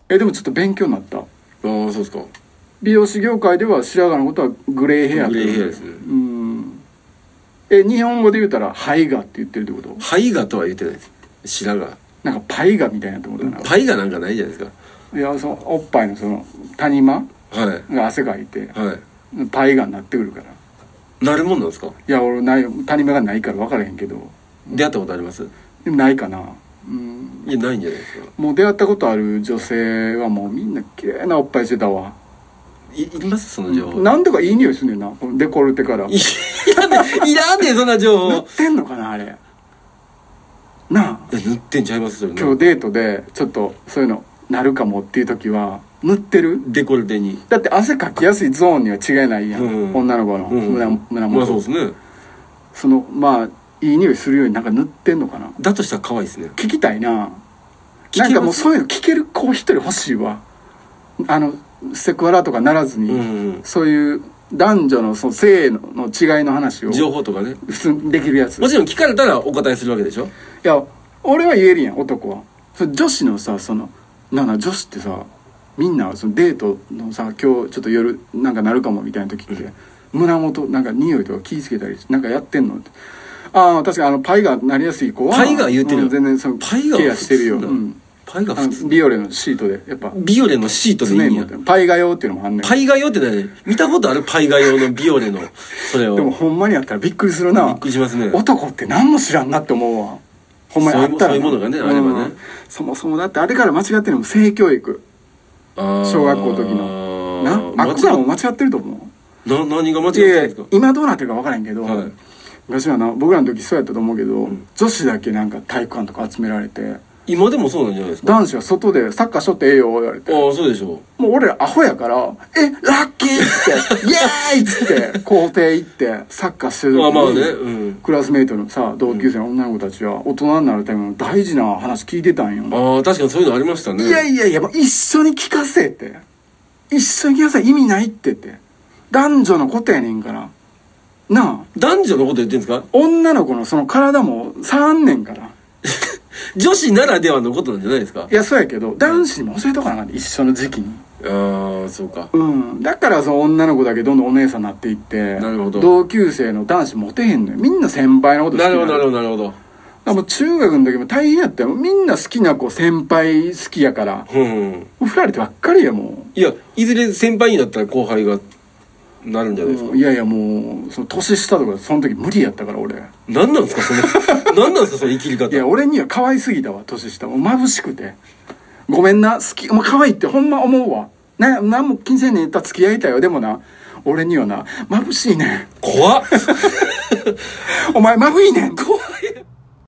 でもちょっと勉強になった。 ああそうですか。 美容師業界では白髪のことはグレーヘアってグレーヘアですね。 日本語で言うたら胚芽って言ってるってこと？ 胚芽とは言ってないです。白髪なんかパイガみたいなってことだな。 パイがなんかないじゃないですか。 いや、そのおっぱいのその谷間はいが汗かいて、 はい。 パイガになってくるから。 なるもんなんですか？ いや、俺ない谷間がないから分からへんけど。 出会ったことあります？ でもないかな。 いやないんじゃないですか。 もう出会ったことある女性はもうみんな綺麗なおっぱいしてたわ。 いますその情報？ なんとかいい匂いすんねんな、デコルテから。 いらんねんそんな情報。 塗ってんのかなあれなあ。 いや塗ってんちゃいますそれね。 今日デートでちょっとそういうのなるかもっていう時は塗ってる？ デコルテに。 だって汗かきやすいゾーンには違いないやん、女の子の胸元。 まあそうですね。 そのまあいい匂いするようになんか塗ってんのかな。 だとしたら可愛いですね。 聞きたいな。なんかもうそういうの聞ける子一人欲しいわ。セクハラとかならずに、そういう男女のその性の違いの話を情報とかね普通にできるやつ。 もちろん聞かれたらお答えするわけでしょ。 いや俺は言えるやん、男は。それ女子のさ、その女子ってさ、みんなそのデートのさ、今日ちょっと夜なんかなるかもみたいな時って、胸元なんか匂いとか気ぃつけたりなんかやってんのって。ああ確かにパイがなりやすい子はパイが言うてるよ。 全然そのパイがケアしてるよ。 パイが普通。 ビオレのシートでやっぱビオレのシートでいいんや。 パイが用っていうのもあんねん。 パイが用って何？見たことある？パイが用のビオレのそれを。 でもほんまにあったらびっくりするな。 びっくりしますね。 男って何も知らんなって思うわ。ほんまにあったら。 そういうものがねあればね。 そもそもだってあれから間違ってるのも性教育。小学校の時のな、あっこらも間違ってると思う。 何が間違ってるんですか？ 今どうなってるか分からへんけど、昔はな、僕らの時そうやったと思うけど、女子だけなんか体育館とか集められて、 今でもそうなんじゃないですか？ 男子は外でサッカーしとってええよ言われて、 ああそうでしょう。もう俺らアホやから、ラッキーっつってイエーイっつって校庭行ってサッカーしてる時に、クラスメイトのさ、同級生の女の子たちは大人になるための大事な話聞いてたんよ。 ああ確かにそういうのありましたね。 いやもう一緒に聞かせって、一緒に聞かせ意味ないって男女のことやねんからなあ。 男女のこと言ってんですか？ 女の子のその体も触んねんから女子ならではのことなんじゃないですか？ いやそうやけど男子にも教えとかなあかんね、一緒の時期に。 ああそうか。 だからその女の子だけどんどんお姉さんになっていって、 なるほど。 同級生の男子モテへんのよ。みんな先輩のこと好きなるほどなるほど。 もう中学の時も大変やったよ。みんな好きな子先輩好きやから、振られてばっかりやもん。 いやいずれ先輩になったら後輩がなるんじゃないですか？ いやもうその年下とかその時無理やったから俺。 何なんですかその何なんですかその生きり方。 いや俺には可愛すぎたわ、年下もう眩しくて。ごめんな、好き、もう可愛いってほんま思うわ。何も気にせんねん言ったら付き合いたいよ。でもな、俺にはな眩しいねん。 怖っお前眩いねん。 怖っ